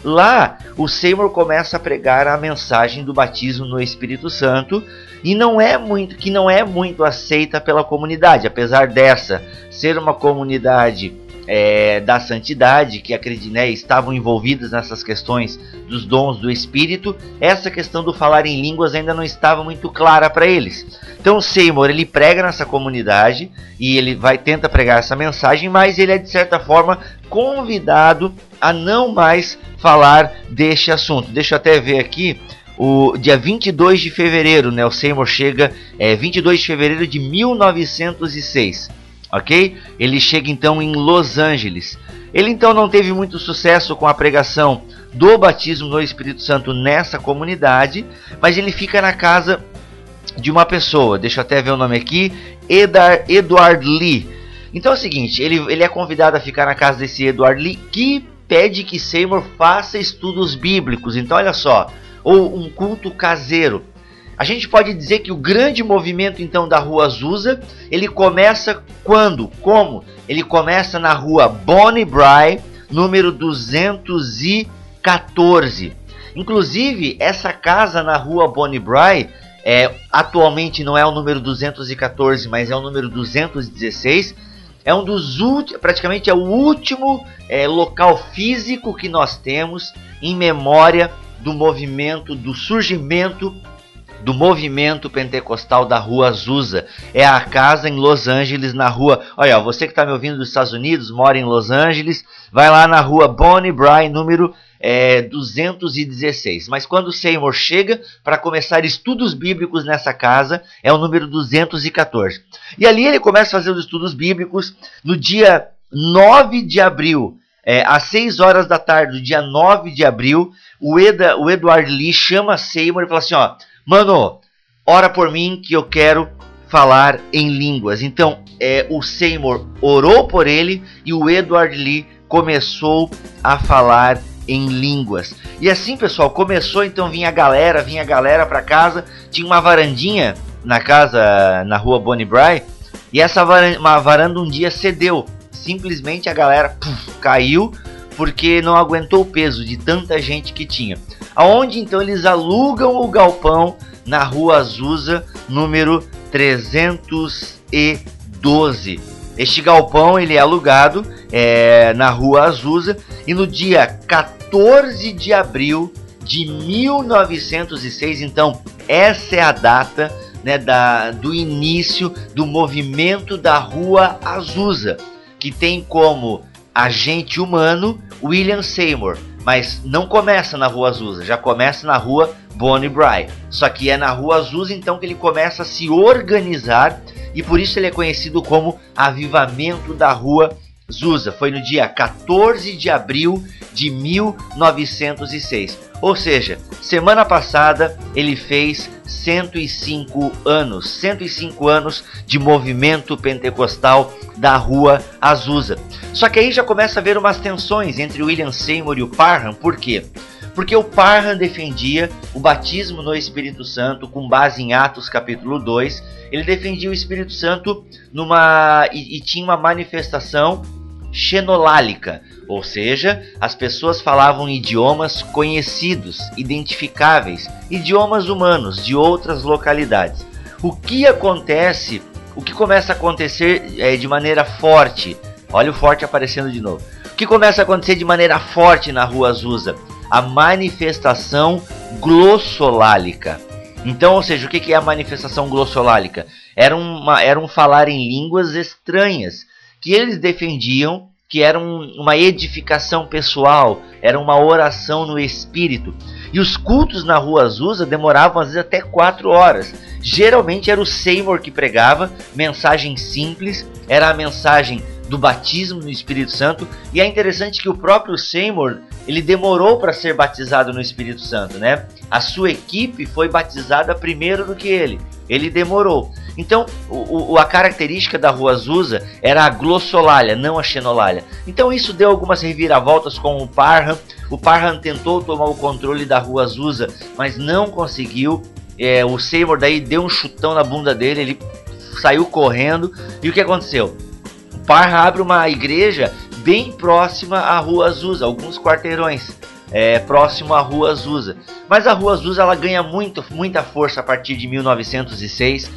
lá o Seymour começa a pregar a mensagem do batismo no Espírito Santo, e não é muito, que não é muito aceita pela comunidade, apesar dessa ser uma comunidade é, da santidade, que acredito, né, estavam envolvidas nessas questões dos dons do Espírito. Essa questão do falar em línguas ainda não estava muito clara para eles. Então o Seymour, ele prega nessa comunidade e ele vai tenta pregar essa mensagem, mas ele é de certa forma convidado a não mais falar deste assunto. Deixa eu até ver aqui. O dia vinte e dois de fevereiro, né, o Seymour chega, é, vinte e dois de fevereiro de mil novecentos e seis, ok? Ele chega então em Los Angeles. Ele então não teve muito sucesso com a pregação do batismo no Espírito Santo nessa comunidade, mas ele fica na casa de uma pessoa, deixa eu até ver o nome aqui, Edar, Edward Lee. Então é o seguinte, ele, ele é convidado a ficar na casa desse Edward Lee, que pede que Seymour faça estudos bíblicos. Então olha só, ou um culto caseiro. A gente pode dizer que o grande movimento então da rua Azusa, ele começa quando? Como? Ele começa na rua Bonnie Brae, número duzentos e quatorze. Inclusive, essa casa na rua Bonnie Brae, é, atualmente não é o número duzentos e quatorze, mas é o número duzentos e dezesseis. É um dos últimos, praticamente é o último é, local físico que nós temos em memória do movimento, do surgimento do movimento pentecostal da rua Azusa. É a casa em Los Angeles, na rua... Olha, você que está me ouvindo dos Estados Unidos, mora em Los Angeles, vai lá na rua Bonnie Brae, número é, duzentos e dezesseis. Mas quando o Seymour chega para começar estudos bíblicos nessa casa, é o número duzentos e quatorze. E ali ele começa a fazer os estudos bíblicos no dia nove de abril, é, às seis horas da tarde do dia nove de abril, o, Eda, o Edward Lee chama Seymour e fala assim, ó, mano, ora por mim que eu quero falar em línguas. Então, é, o Seymour orou por ele e o Edward Lee começou a falar em línguas. E assim, pessoal, começou, então vinha a galera, vinha a galera para casa, tinha uma varandinha na casa, na rua Bonnie Brae, e essa varanda, uma varanda um dia cedeu. Simplesmente a galera puf, caiu, porque não aguentou o peso de tanta gente que tinha. Aonde então eles alugam o galpão na rua Azusa, número trezentos e doze. Este galpão ele é alugado é, na Rua Azusa e no dia quatorze de abril de mil novecentos e seis, então essa é a data, né, da, do início do movimento da Rua Azusa, que tem como agente humano William Seymour, mas não começa na Rua Azusa, já começa na Rua Bonnie Brae. Só que é na Rua Azusa então que ele começa a se organizar e por isso ele é conhecido como Avivamento da Rua Azusa. Foi no dia quatorze de abril de mil novecentos e seis. Ou seja, semana passada ele fez cento e cinco anos, cento e cinco anos de movimento pentecostal da Rua Azusa. Só que aí já começa a haver umas tensões entre William Seymour e o Parham. Por quê? Porque o Parham defendia o batismo no Espírito Santo com base em Atos capítulo dois. Ele defendia o Espírito Santo numa e, e tinha uma manifestação xenolálica, ou seja, as pessoas falavam idiomas conhecidos, identificáveis, idiomas humanos de outras localidades. O que acontece, o que começa a acontecer é, de maneira forte, olha o forte aparecendo de novo, o que começa a acontecer de maneira forte na Rua Azusa? A manifestação glossolálica. Então, ou seja, o que é a manifestação glossolálica? Era, uma, era um falar em línguas estranhas, que eles defendiam que era um, uma edificação pessoal, era uma oração no Espírito. E os cultos na Rua Azusa demoravam às vezes até quatro horas. Geralmente era o Seymour que pregava, mensagem simples, era a mensagem do batismo no Espírito Santo. E é interessante que o próprio Seymour, ele demorou para ser batizado no Espírito Santo, né? A sua equipe foi batizada primeiro do que ele. Ele demorou. Então, o, o, a característica da Rua Azusa era a glossolalia, não a xenolalia. Então isso deu algumas reviravoltas com o Parham. O Parham tentou tomar o controle da Rua Azusa, mas não conseguiu. É, o Seymour daí deu um chutão na bunda dele, ele saiu correndo. E o que aconteceu? O Parham abre uma igreja bem próxima à Rua Azusa, alguns quarteirões. É, próximo à Rua Azusa. Mas a Rua Azusa ela ganha muito, muita força a partir de mil novecentos e seis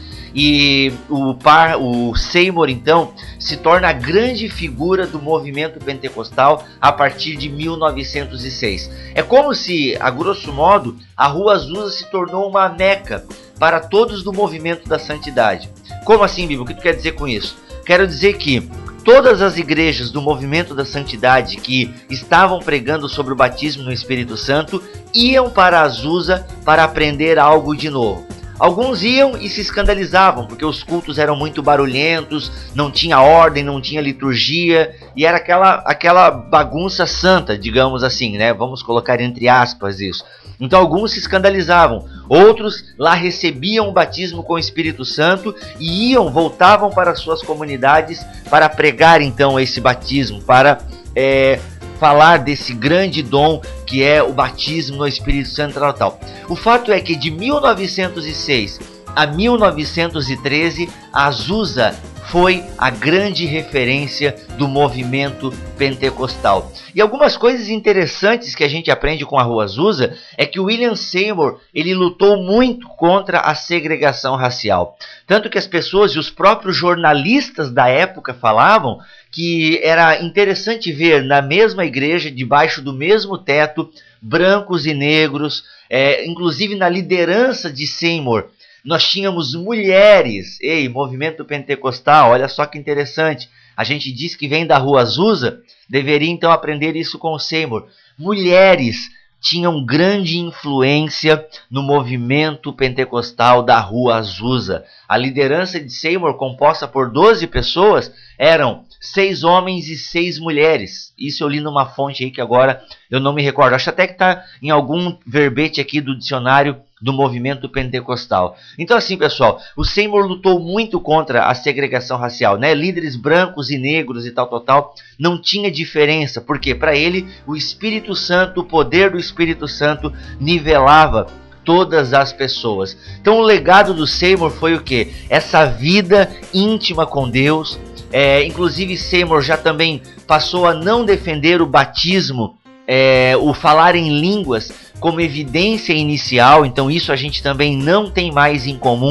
e o, Par, o Seymour então se torna a grande figura do movimento pentecostal a partir de mil novecentos e seis. É como se, a grosso modo, a Rua Azusa se tornou uma meca para todos do movimento da santidade. Como assim, Bíblia? O que tu quer dizer com isso? Quero dizer que todas as igrejas do movimento da santidade que estavam pregando sobre o batismo no Espírito Santo iam para Azusa para aprender algo de novo. Alguns iam e se escandalizavam, porque os cultos eram muito barulhentos, não tinha ordem, não tinha liturgia, e era aquela, aquela bagunça santa, digamos assim, né? Vamos colocar entre aspas isso. Então alguns se escandalizavam, outros lá recebiam o batismo com o Espírito Santo e iam, voltavam para suas comunidades para pregar então esse batismo, para é, falar desse grande dom que é o batismo no Espírito Santo e tal. O fato é que de mil novecentos e seis a mil novecentos e treze, a Azusa foi a grande referência do movimento pentecostal. E algumas coisas interessantes que a gente aprende com a Rua Azusa é que o William Seymour ele lutou muito contra a segregação racial. Tanto que as pessoas e os próprios jornalistas da época falavam que era interessante ver na mesma igreja, debaixo do mesmo teto, brancos e negros, é, inclusive na liderança de Seymour. Nós tínhamos mulheres, ei, movimento pentecostal, olha só que interessante. A gente diz que vem da Rua Azusa, deveria então aprender isso com o Seymour. Mulheres tinham grande influência no movimento pentecostal da Rua Azusa. A liderança de Seymour, composta por doze pessoas, eram seis homens e seis mulheres. Isso eu li numa fonte aí que agora eu não me recordo. Acho até que está em algum verbete aqui do dicionário do movimento pentecostal. Então assim, pessoal, o Seymour lutou muito contra a segregação racial, né? Líderes brancos e negros e tal, tal, tal, não tinha diferença, porque para ele o Espírito Santo, o poder do Espírito Santo nivelava todas as pessoas. Então o legado do Seymour foi o quê? Essa vida íntima com Deus. É, inclusive Seymour já também passou a não defender o batismo, é, o falar em línguas como evidência inicial. Então isso a gente também não tem mais em comum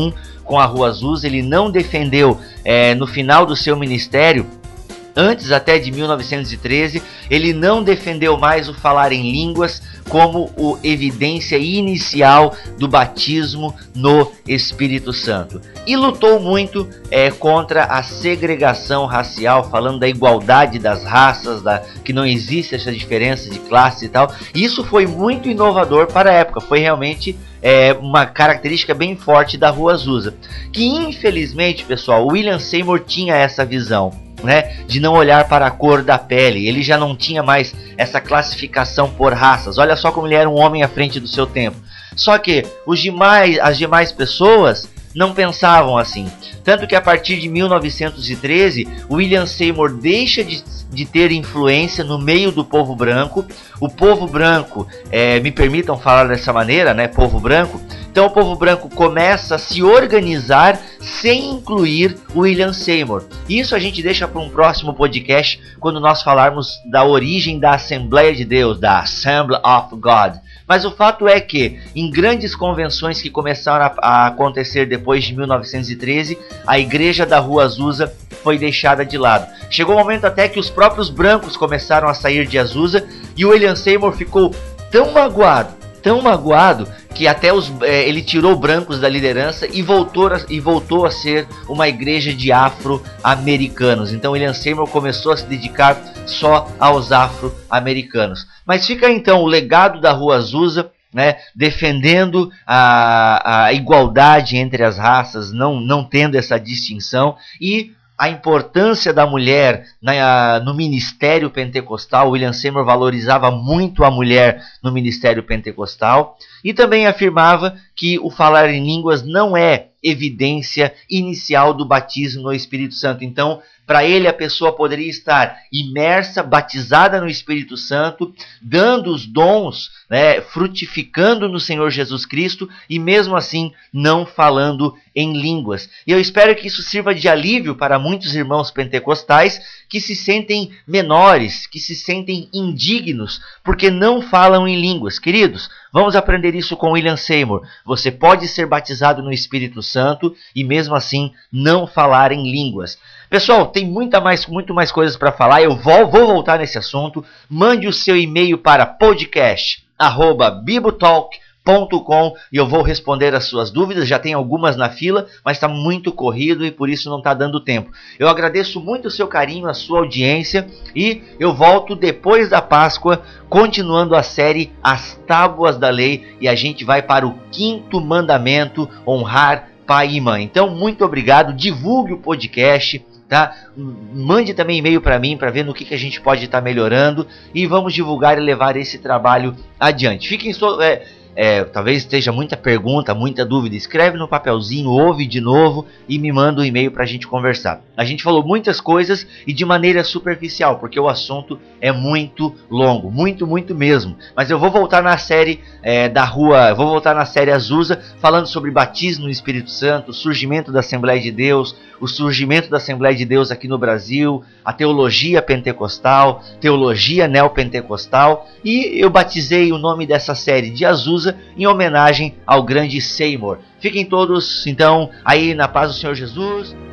com a Rua Azusa, ele não defendeu é, no final do seu ministério. Antes até de mil novecentos e treze, ele não defendeu mais o falar em línguas como o evidência inicial do batismo no Espírito Santo. E lutou muito é, contra a segregação racial, falando da igualdade das raças, da, que não existe essa diferença de classe e tal. E isso foi muito inovador para a época, foi realmente é, uma característica bem forte da Rua Azusa. Que infelizmente, pessoal, o William Seymour tinha essa visão, né, de não olhar para a cor da pele. Ele já não tinha mais essa classificação por raças. Olha só como ele era um homem à frente do seu tempo. Só que os demais, as demais pessoas não pensavam assim. Tanto que a partir de mil novecentos e treze, William Seymour deixa de, de ter influência no meio do povo branco. O povo branco, é, me permitam falar dessa maneira, né, povo branco. Então o povo branco começa a se organizar sem incluir o William Seymour. Isso a gente deixa para um próximo podcast, quando nós falarmos da origem da Assembleia de Deus, da Assembly of God. Mas o fato é que, em grandes convenções que começaram a, a acontecer depois de mil novecentos e treze, a igreja da Rua Azusa foi deixada de lado. Chegou o momento até que os próprios brancos começaram a sair de Azusa, e o William Seymour ficou tão magoado, tão magoado, que até os, é, ele tirou brancos da liderança e voltou, a, e voltou a ser uma igreja de afro-americanos. Então William Seymour começou a se dedicar só aos afro-americanos. Mas fica então o legado da Rua Azusa, né, defendendo a, a igualdade entre as raças, não, não tendo essa distinção, e a importância da mulher na, no ministério pentecostal. William Seymour valorizava muito a mulher no ministério pentecostal e também afirmava que o falar em línguas não é evidência inicial do batismo no Espírito Santo. Então, para ele, a pessoa poderia estar imersa, batizada no Espírito Santo, dando os dons, né, frutificando no Senhor Jesus Cristo e mesmo assim não falando em línguas. E eu espero que isso sirva de alívio para muitos irmãos pentecostais que se sentem menores, que se sentem indignos, porque não falam em línguas. Queridos, vamos aprender isso com William Seymour. Você pode ser batizado no Espírito Santo e mesmo assim não falar em línguas. Pessoal, tem muita mais, muito mais coisas para falar. Eu vou, vou voltar nesse assunto. Mande o seu e-mail para podcast arroba bibotalk ponto com e eu vou responder as suas dúvidas. Já tem algumas na fila, mas está muito corrido e por isso não está dando tempo. Eu agradeço muito o seu carinho, a sua audiência, e eu volto depois da Páscoa, continuando a série As Tábuas da Lei, e a gente vai para o quinto mandamento: honrar pai e mãe. Então, muito obrigado, divulgue o podcast, tá? Mande também e-mail para mim para ver no que, que a gente pode estar tá melhorando, e vamos divulgar e levar esse trabalho adiante. Fiquem so, é, é, talvez esteja muita pergunta, muita dúvida. Escreve no papelzinho, ouve de novo e me manda um e-mail para a gente conversar. A gente falou muitas coisas e de maneira superficial, porque o assunto é muito longo, muito, muito mesmo. Mas eu vou voltar na série é, da rua, vou voltar na série Azusa, falando sobre batismo no Espírito Santo, o surgimento da Assembleia de Deus, o surgimento da Assembleia de Deus aqui no Brasil, a teologia pentecostal, teologia neopentecostal, e eu batizei o nome dessa série de Azusa em homenagem ao grande Seymour. Fiquem todos, então, aí na paz do Senhor Jesus.